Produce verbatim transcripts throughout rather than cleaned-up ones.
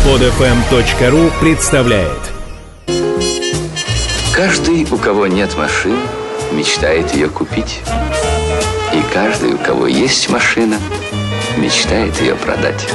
под эф эм точка ру представляет. Каждый, у кого нет машины, мечтает ее купить. И каждый, у кого есть машина, мечтает ее продать.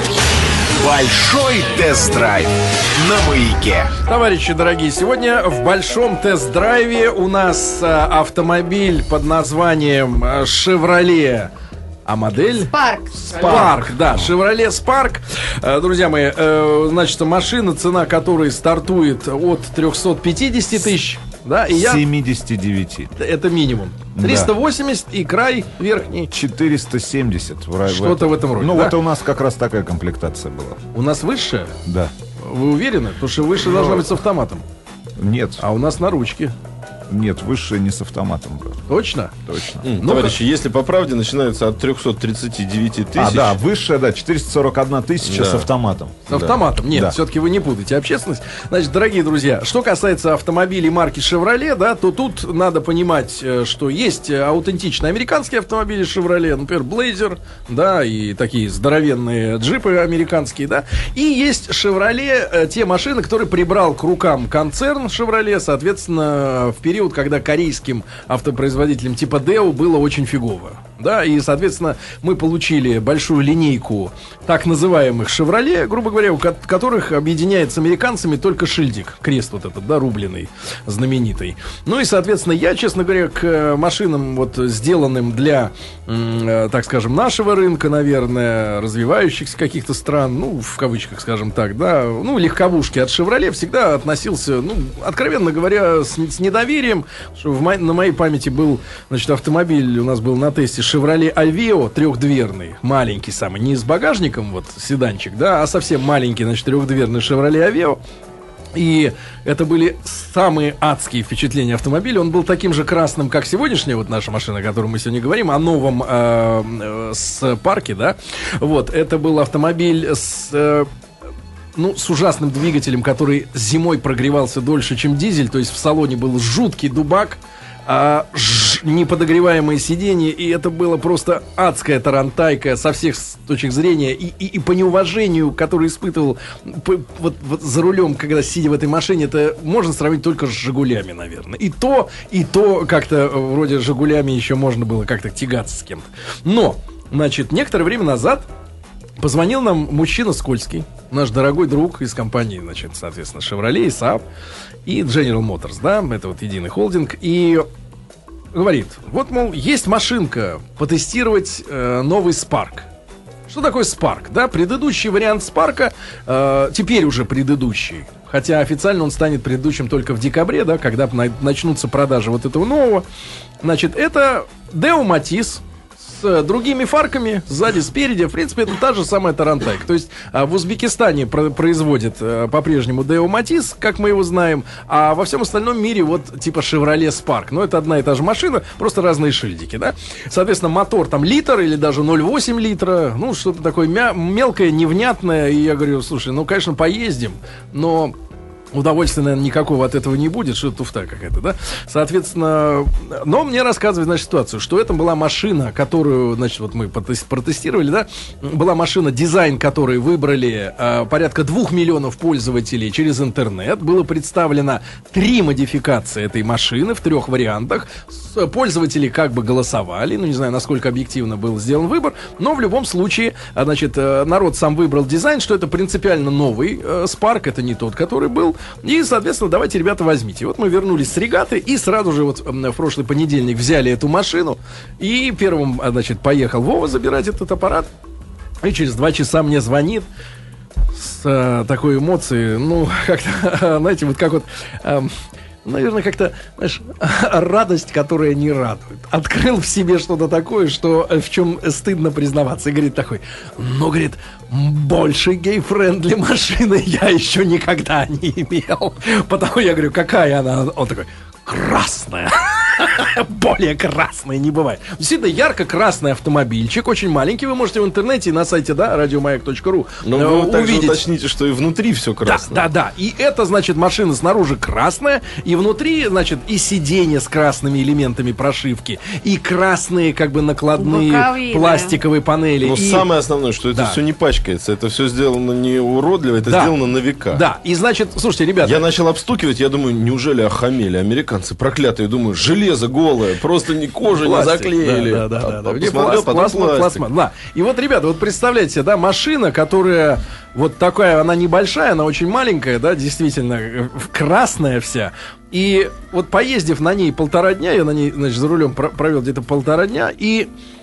Большой тест-драйв на Маяке. Товарищи дорогие, сегодня в большом тест-драйве у нас а, автомобиль под названием Chevrolet. А модель? Spark. Spark, да, Chevrolet Spark. Э, Друзья мои, э, значит, машина, цена которой стартует от триста пятьдесят тысяч, да, и я... семьдесят девять. Это минимум. триста восемьдесят и край верхний. четыреста семьдесят. В... Что-то в этом роде. Ну, да? вот у нас как раз такая комплектация была. У нас высшая? Да. Вы уверены? Потому что выше Но... должна быть с автоматом. Нет. А у нас на ручке. Нет, высшая не с автоматом была. Точно? Точно. Mm, ну, товарищи, если по правде, начинаются от триста тридцать девять тысяч. А, да, высшая, да, четыреста сорок одна тысяча да. с автоматом. С автоматом? Нет, да. все-таки вы не путайте общественность. Значит, дорогие друзья, что касается автомобилей марки Chevrolet, да, то тут надо понимать, что есть аутентичные американские автомобили Chevrolet, например, Blazer, да, и такие здоровенные джипы американские, да, и есть Chevrolet, те машины, которые прибрал к рукам концерн Chevrolet, соответственно, в период, когда корейским автопроизводителям типа Daewoo было очень фигово. Да, и, соответственно, мы получили большую линейку так называемых Chevrolet, грубо говоря, у которых объединяет с американцами только шильдик, крест вот этот, да, рубленый, знаменитый. Ну и, соответственно, я, честно говоря, к машинам, вот, сделанным для, э, так скажем, нашего рынка, наверное, развивающихся каких-то стран, ну, в кавычках, скажем так, да, ну, легковушки от Chevrolet всегда относился, ну, откровенно говоря, с, с недоверием, что в мо- на моей памяти был, значит, автомобиль у нас был на тесте Chevrolet Aveo трехдверный, маленький самый, не с багажником, вот, седанчик, да, а совсем маленький, значит, трехдверный Chevrolet Aveo. И это были самые адские впечатления автомобиля. Он был таким же красным, как сегодняшняя вот наша машина, о которой мы сегодня говорим, о новом э, э, Spark, да. Вот, это был автомобиль с... Э, ну, с ужасным двигателем, который зимой прогревался дольше, чем дизель. То есть в салоне был жуткий дубак, а, ж, неподогреваемые сиденья, и это было просто адская тарантайка со всех точек зрения, и, и, и по неуважению, которое испытывал по, вот, вот за рулем, когда сидя в этой машине, это можно сравнить только с «Жигулями», наверное. И то, и то как-то вроде «Жигулями» еще можно было как-то тягаться с кем-то. Но, значит, некоторое время назад позвонил нам мужчина скользкий, наш дорогой друг из компании, значит, соответственно, Chevrolet, Saab и General Motors, да, это вот единый холдинг, и говорит, вот, мол, есть машинка, потестировать э, новый Spark. Что такое Spark? Да, предыдущий вариант Spark'а, э, теперь уже предыдущий, хотя официально он станет предыдущим только в декабре, да, когда начнутся продажи вот этого нового. Значит, это Daewoo Matiz с другими фарками, сзади, спереди. В принципе, это та же самая тарантайка. То есть а, в Узбекистане про- производит а, по-прежнему Daewoo Matiz, как мы его знаем, а во всем остальном мире вот типа Chevrolet Spark. Но это одна и та же машина, просто разные шильдики, да. Соответственно, мотор там литр или даже ноль целых восемь литра, ну, что-то такое мя- мелкое, невнятное. И я говорю, слушай, ну, конечно, поездим, но... удовольствия, наверное, никакого от этого не будет, что это туфта какая-то, да? Соответственно, но мне рассказывают, значит, ситуацию, что это была машина, которую, значит, вот мы протестировали, да? Была машина, дизайн которой выбрали э, порядка двух миллионов пользователей через интернет. Было представлено три модификации этой машины в трех вариантах. Пользователи как бы голосовали, ну, не знаю, насколько объективно был сделан выбор, но в любом случае, значит, народ сам выбрал дизайн, что это принципиально новый э, Spark, это не тот, который был. И, соответственно, давайте, ребята, возьмите. Вот мы вернулись с регаты и сразу же вот в прошлый понедельник взяли эту машину. И первым, значит, поехал Вова забирать этот аппарат. И через два часа мне звонит с а, такой эмоцией. Ну, как-то, знаете, вот как вот... А, наверное, как-то, знаешь, радость, которая не радует. Открыл в себе что-то такое, что в чем стыдно признаваться. И говорит такой, ну, говорит, больше гей-френдли машины я еще никогда не имел. Потому я говорю, какая она? Он такой, красная. Более красный не бывает. Действительно, ярко-красный автомобильчик, очень маленький. Вы можете в интернете на сайте, да, радиомаяк точка ру Но э, вы также увидеть. уточните, что и внутри все красное. Да, да, да. И это, значит, машина снаружи красная, и внутри, значит, и сиденье с красными элементами прошивки, и красные, как бы, накладные Боковые, пластиковые панели. Но и... самое основное, что это Да. все не пачкается. Это все сделано не уродливо, это Да. сделано на века. Да, и, значит, слушайте, ребята... Я начал обстукивать, я думаю, неужели охамели американцы проклятые? Думаю, железо голое, просто ни кожу не Пластик, заклеили. Да, да, да, А да. Где посмотрел, пласт- потом пластмасс, пластик. пластмасс, да. И вот, ребята, вот представляете себе, да, машина, которая вот такая, она небольшая, она очень маленькая, да, действительно, э, красная вся. И вот поездив на ней полтора дня, я на ней, значит, за рулем про- провел где-то полтора дня, и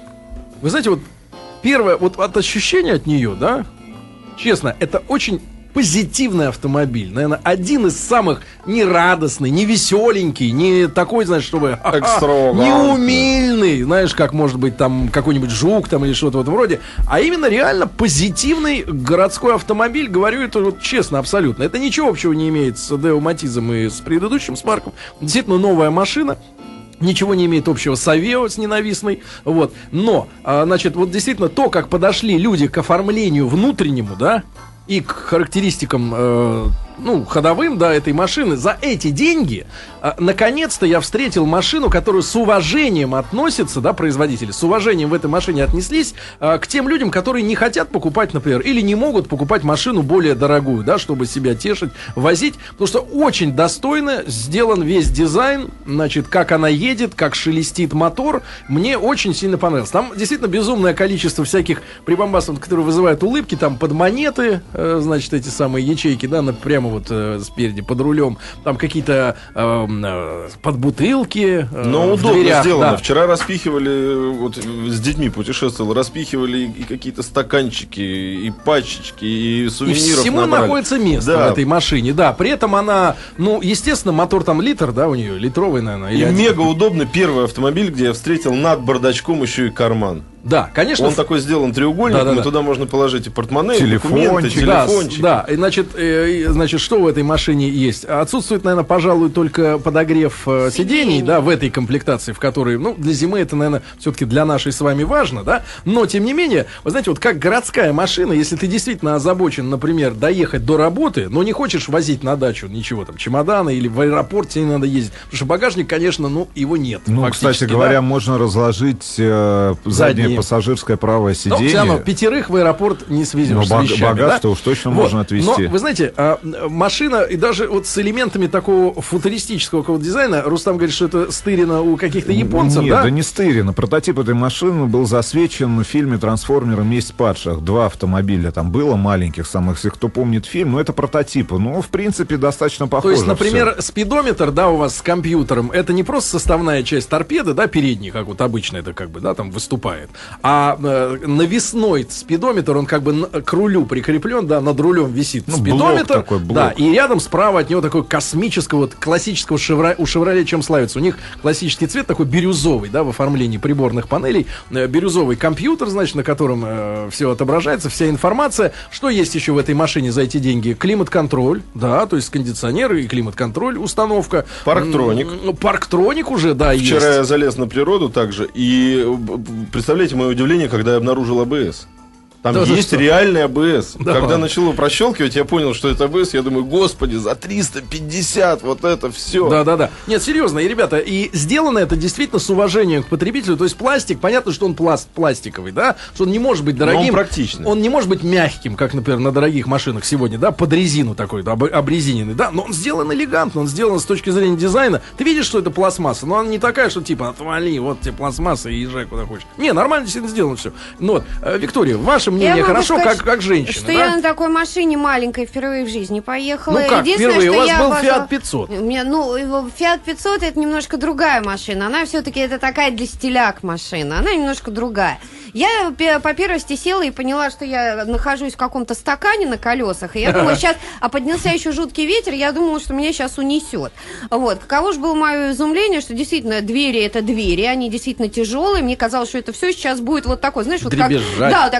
вы знаете, вот первое, вот от ощущения от нее, да, честно, это очень позитивный автомобиль. Наверное, один из самых нерадостный, не веселенький, не такой, знаешь, чтобы ха-ха, Экстравагантный. не умильный, знаешь, как может быть там какой-нибудь жук там или что-то в этом роде, а именно реально позитивный городской автомобиль. Говорю это вот честно, абсолютно. Это ничего общего не имеет с Део Матизом и с предыдущим, с Марком. Действительно новая машина. Ничего не имеет общего с Авео, с ненавистной. Вот. Но, а, значит, вот действительно то, как подошли люди к оформлению внутреннему, да, и к характеристикам, э, ну, ходовым, да, этой машины, за эти деньги, э, наконец-то я встретил машину, которая с уважением относится, да, производители, с уважением в этой машине отнеслись э, к тем людям, которые не хотят покупать, например, или не могут покупать машину более дорогую, да, чтобы себя тешить, возить, потому что очень достойно сделан весь дизайн, значит, как она едет, как шелестит мотор, мне очень сильно понравилось. Там действительно безумное количество всяких прибамбасов, которые вызывают улыбки, там под монеты, э, значит, эти самые ячейки, да, на, прямо вот э, спереди под рулем, там какие-то э, э, подбутылки. Э, Но в удобно дверях, сделано. да. Вчера распихивали, вот с детьми путешествовал, распихивали и, и какие-то стаканчики, и пачечки, и И сувениров всему набрали. находится место Да. в этой машине, да. При этом она, ну, естественно, мотор там литр, да, у нее, литровый, наверное. И или один. мега удобно. Первый автомобиль, где я встретил над бардачком еще и карман. Да, конечно. Он такой сделан треугольником, Да-да-да. и туда можно положить и портмоне, и Телефончик. документы, Да, телефончик. с- да, и значит, э, и, значит, что в этой машине есть? Отсутствует, наверное, пожалуй, только подогрев э, сидений, да, в этой комплектации, в которой, ну, для зимы это, наверное, все-таки для нашей с вами важно, да, но, тем не менее, вы знаете, вот как городская машина, если ты действительно озабочен, например, доехать до работы, но не хочешь возить на дачу ничего, там, чемоданы или в аэропорт тебе не надо ездить, потому что багажник, конечно, ну, его нет. Ну, фактически, кстати да. говоря, можно разложить э, заднее Задние. пассажирское правое Но сиденье. все равно пятерых в аэропорт не свезешь. Но с баг- вещами, богатство да? уж точно Вот. можно отвезти. Но, вы знаете, а, машина, и даже вот с элементами такого футуристического какого-то дизайна, Рустам говорит, что это стырено у каких-то японцев, Нет, да? да не стырено. Прототип этой машины был засвечен в фильме «Трансформеры. Месть падших». Два автомобиля там было, маленьких самых, если кто помнит фильм. Но это прототипы. Ну, в принципе, достатно похоже. То есть, например, всё. спидометр, да, у вас с компьютером, это не просто составная часть торпеды, да, передней, как вот обычно это как бы, да, там выступает, а э, навесной спидометр, он как бы на- к рулю прикреплен, да, над рулем висит Ну, спидометр, блок такой, блок. да, и рядом справа от него такой космического, вот классического шевра, у «Шевроле» чем славится, у них классический цвет такой бирюзовый, да, в оформлении приборных панелей, э, бирюзовый компьютер, значит, на котором э, все отображается, вся информация. Что есть еще в этой машине за эти деньги? Климат-контроль, да, то есть кондиционеры и климат-контроль, установка. Парктроник. М, Парктроник уже, да, Вчера есть. я залез на природу также, и б- б- представляете мое удивление, когда я обнаружил АБС. Там Да, за есть что? реальный АБС. Да Когда ладно. начал его прощелкивать, я понял, что это АБС. Я думаю, господи, за триста пятьдесят вот это все. Да, да, да. Нет, серьезно, и, ребята, и сделано это действительно с уважением к потребителю. То есть пластик, понятно, что он пласт, пластиковый, да, что он не может быть дорогим. Но он практичный. Он не может быть мягким, как, например, на дорогих машинах сегодня, да, под резину такой, да, об- обрезиненный, да, но он сделан элегантно, он сделан с точки зрения дизайна. Ты видишь, что это пластмасса, но она не такая, что типа, отвали, вот тебе пластмасса и езжай куда хочешь. Не, нормально действительно сделано все. Ну вот, э, Виктория, ваше мнение могу хорошо, сказать, как, как женщина, Что да? я на такой машине маленькой впервые в жизни поехала. Ну как, Единственное, впервые? что У вас я был обожала- Fiat пятьсот. У меня, ну, его Fiat пятьсот это немножко другая машина. Она все-таки это такая для стиляк машина. Она немножко другая. Я пе- по первости села и поняла, что я нахожусь в каком-то стакане на колесах. И я думала, сейчас... А поднялся еще жуткий ветер, я думала, что меня сейчас унесет. Вот. Каково же было мое изумление, что действительно двери это двери, они действительно тяжелые. Мне казалось, что это все сейчас будет вот такое, знаешь, вот как... Дребезжать. Да, так пальцы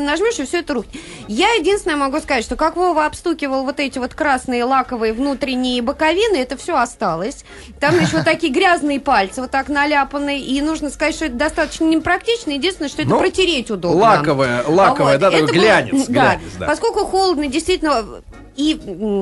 нажмешь, и все это рухнет. Я единственное могу сказать, что как Вова обстукивал вот эти вот красные лаковые внутренние боковины, это все осталось. Там еще вот такие грязные пальцы, вот так наляпанные, и нужно сказать, что это достаточно непрактично, единственное, что это Ну, протереть удобно. Лаковая, лаковая, Вот. да, такой Это глянец, было- глянец, да. Поскольку холодно, действительно, и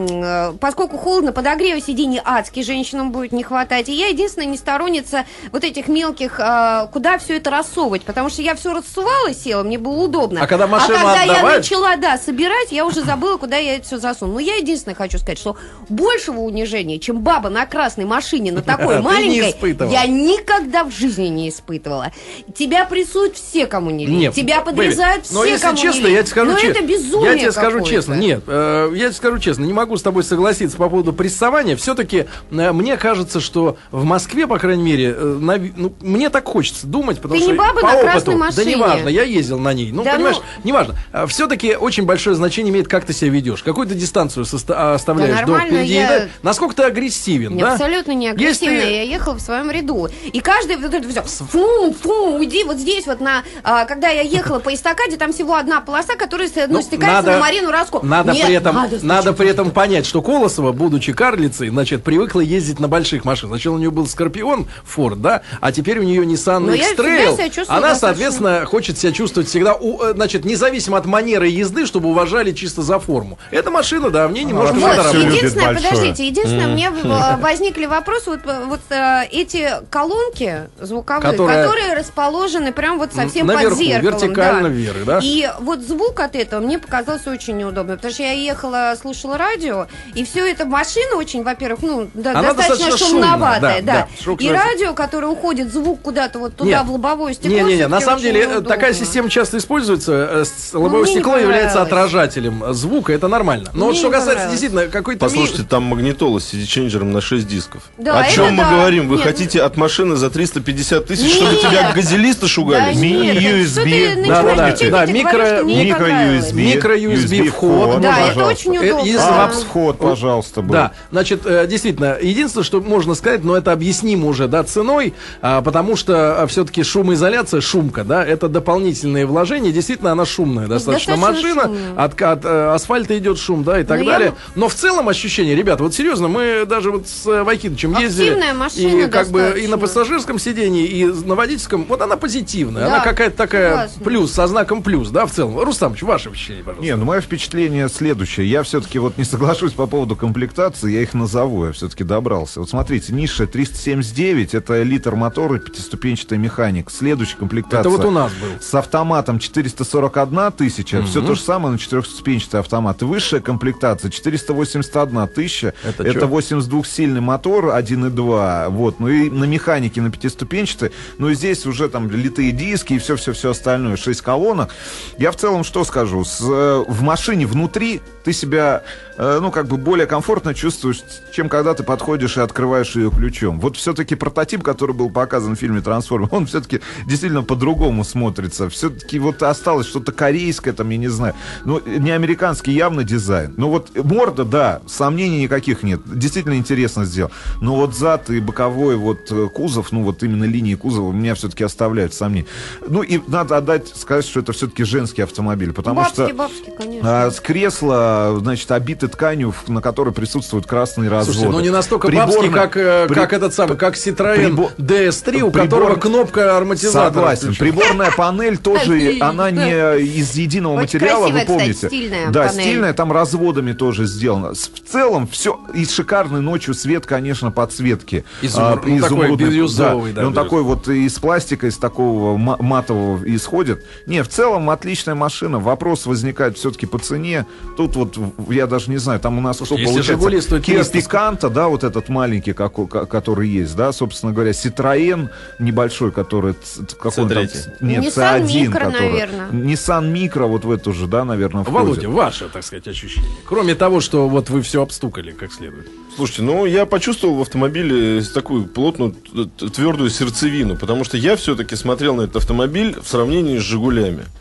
м, поскольку холодно, подогрева сидений адски женщинам будет не хватать. И я единственная не сторонница вот этих мелких, а, куда все это рассовывать, потому что я все рассувала, села, мне было удобно. А когда машину когда я отдавать- начала, да, собирать, я уже забыла, куда я это все засуну. Но я единственное хочу сказать, что большего унижения, чем баба на красной машине, на такой Ты не маленькой, испытывала. я никогда в жизни не испытывала. Тебя прессуют все, кому не лень. Нет, Тебя подрезают Бэби, но все, если кому честно, не лень. я тебе скажу Но честно. это безумие Я тебе скажу какое-то. честно, нет, э, я тебе скажу честно, не могу с тобой согласиться по поводу прессования. Все-таки э, мне кажется, что в Москве, по крайней мере, э, на ви- ну, мне так хочется думать, потому Ты что не баба по на опыту, красной да машине. неважно, я ездил на ней. Ну, Да понимаешь, ну- неважно. Все-таки очень большое значение имеет, как ты себя ведешь, какую ты дистанцию соста- оставляешь Да до нормально, впереди, я- да? Насколько ты агрессивен, Не, да? абсолютно не Если агрессивная. ты- Я ехала в своем ряду. И каждый вот это все, фу, фу, уйди вот здесь вот на... а, когда я ехала по эстакаде, там всего одна полоса, которая ну, Ну, стекается на Марину Раско. Надо Нет, при этом, надо, надо, значит, при этом понять, что Колосова, будучи карлицей, значит, привыкла ездить на больших машинах. Сначала у нее был Скорпион, Форд, да, а теперь у нее Nissan Но я всегда X-Trail. себя чувствую Она, достаточно- соответственно, хочет себя чувствовать всегда, у- э, значит, независимо от манеры езды, чтобы уважали чисто за форму. Эта машина, да, в ней немножко вообще надо Вот, всё работать. любит единственное, большое. подождите, единственное, мне э, возникли вопросы, вот, э, вот э, эти колонки звуковые, Которые- которые расположены прям вот совсем Наверху, под зеркалом. вертикально да. вверх, да? И вот звук от этого мне показался очень неудобным, потому что я ехала, слушала радио, и все это машина очень, во-первых, ну, да, Она достаточно достаточно шумноватая, шумная, да, да. да, шум, И кстати. радио, которое уходит, звук куда-то вот туда, Нет. в лобовое стекло. Не-не-не, на всё-таки самом очень деле э, неудобно. такая система часто используется. э, с- Лобовое мне не стекло является понравилось. отражателем э, звука, это нормально. Но вот Мне что не касается понравилось. действительно какой-то... ми- Послушайте, там магнитола с си ди-ченджером на шесть дисков. Да, О это чем мы да. говорим? Вы Нет, хотите от машины за триста пятьдесят тысяч, Нет. чтобы тебя газелисты шугали? Да нет, Мини-ю эс что би. ты Да, да, начинаешь да, кричать, да, и ты микро- говоришь, что мне не микро-ю эс понравилось. би. Микро-ю эс би вход. Да, пожалуйста. это очень Это удобно. из Да. Вап-вход, пожалуйста, был. Да, значит, э, действительно, единственное, что можно сказать, но это объяснимо уже, да, ценой, а, потому что все-таки шумоизоляция, шумка, да, это дополнительные вложения, действительно, она шумная достаточно, Достаточно машина, шумная. от, от, э, асфальта идет шум, да, и так Но я далее. м- Но в целом ощущение, ребята, вот серьезно, мы даже вот с э, Вайкидычем ездили, Активная машина и как бы и на достаточно. пассажирском сидении, и на водительском, вот она позитивная, Да, она какая-то такая согласна. плюс, со знаком плюс, да, в целом. Рустамович, ваше впечатление, пожалуйста. Не, ну мое впечатление следующее. Я все-таки вот не соглашусь по поводу комплектации, я их назову, я все-таки добрался. Вот смотрите, ниша триста семьдесят девять, это литр мотора, пятиступенчатая механик. Следующая комплектация. Это вот у нас был. С автоматом четыреста сорок одна тысяча, все то же самое, но четырехступенчатый автомат. И высшая комплектация четыреста восемьдесят одна тысяча. Это Это, чё? восемьдесятдвухсильный мотор один и два. Вот. Ну и на механике, на пятиступенчатой. Ну и здесь уже там литые диски и все-все-все остальное. Шесть колонок. Я в целом что скажу? С, э, в машине внутри ты себя, э, ну, как бы более комфортно чувствуешь, чем когда ты подходишь и открываешь ее ключом. Вот все-таки прототип, который был показан в фильме «Трансформер», он все-таки действительно по-другому смотрится. Все-таки вот осталось что-то корейское, там, я не знаю. Ну, не американский явно дизайн. Ну, вот морда, да, сомнений никаких нет. Действительно интересно сделал. Но вот зад и боковой вот э, кузов, ну, вот именно линии кузова меня все-таки оставляют сомнения. Ну, и надо отдать, сказать, что это все-таки женский автомобиль, потому Бабский, что... бабский, конечно. А, с кресла, значит, обиты тканью, в- на которой присутствуют красные разводы. Слушайте, ну не настолько Приборная- бабский, как, э, при- как этот самый, как Citroёn прибор- ди эс три, у прибор- которого кнопка ароматизатора. Согласен. включена. Приборная панель тоже, Отлично. она не из единого Очень материала, красивая, вы помните? кстати, стильная да, панель. стильная, там разводами тоже сделано. С- В целом все, и шикарный ночью свет, конечно, подсветки. Изумруд- ну, такой изумрудный, бирюзовый, да, И он бирюзовый. такой вот из пластика, из такого ма- матового исходит. Не, в целом отличная машина. Вопрос возникает все-таки по цене. Тут вот, в- я даже не знаю, там у нас Слушайте, кто если получается? «Жигули» стоит Kia триста, Picanto, да, вот этот маленький, как, у- ко- который есть, да, собственно говоря, Citroёn небольшой, который... ц- ц- какой он там, Си три. нет, Nissan си один, Micro, который- наверное. Nissan Micro вот в эту же, да, наверное, входит. Володя, ваше, так сказать, ощущение. Кроме того, что вот вы все обстукали как следует. Слушайте, ну я почувствовал в автомобиле такую плотную, т- т- твердую сердцевину, потому что я все-таки смотрел на этот автомобиль в сравнении с «Жигулями».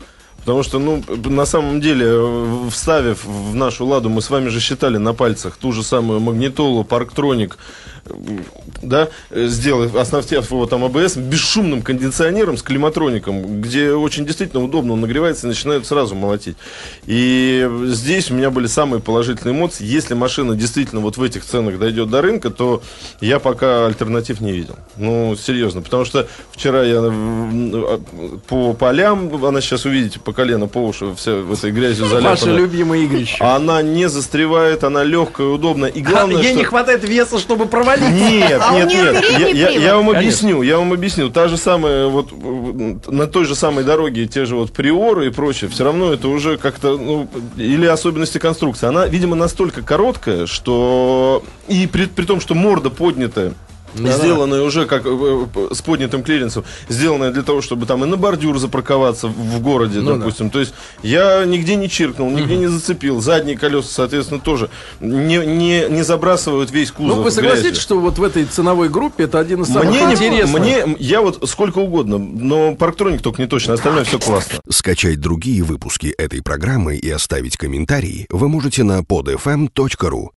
Потому что, ну, на самом деле, вставив в нашу «Ладу», мы с вами же считали на пальцах ту же самую магнитолу, парктроник, да, сделав, оснастив его там АБС, бесшумным кондиционером с климатроником, где очень действительно удобно, он нагревается и начинает сразу молотить. И здесь у меня были самые положительные эмоции. Если машина действительно вот в этих ценах дойдет до рынка, то я пока альтернатив не видел. Ну, серьезно, потому что вчера я по полям, она сейчас, увидите, по колено, по уши, вся в этой грязью заляпана. Ваше любимое игрище. Она не застревает, она легкая, удобная. И главное, а, ей что... не хватает веса, чтобы провалить. Нет, а нет, у нее нет. Я, я, я вам Конечно. объясню, я вам объясню. Та же самая, вот на той же самой дороге, те же вот приоры и прочее, все равно это уже как-то, ну, или особенности конструкции. Она, видимо, настолько короткая, что и при, при том, что морда поднятая, да, сделанная, да, уже как э, с поднятым клиренсом, сделанная для того, чтобы там и на бордюр запарковаться в, в городе, ну, допустим. Да. То есть я нигде не чиркнул, нигде угу. не зацепил. Задние колеса, соответственно, тоже не, не, не забрасывают весь кузов. Ну, вы согласитесь, что вот в этой ценовой группе это один из самых мне интересных? Не, мне, я вот сколько угодно, но парктроник только не точно, остальное все классно. Скачать другие выпуски этой программы и оставить комментарии вы можете на под эф эм точка ру.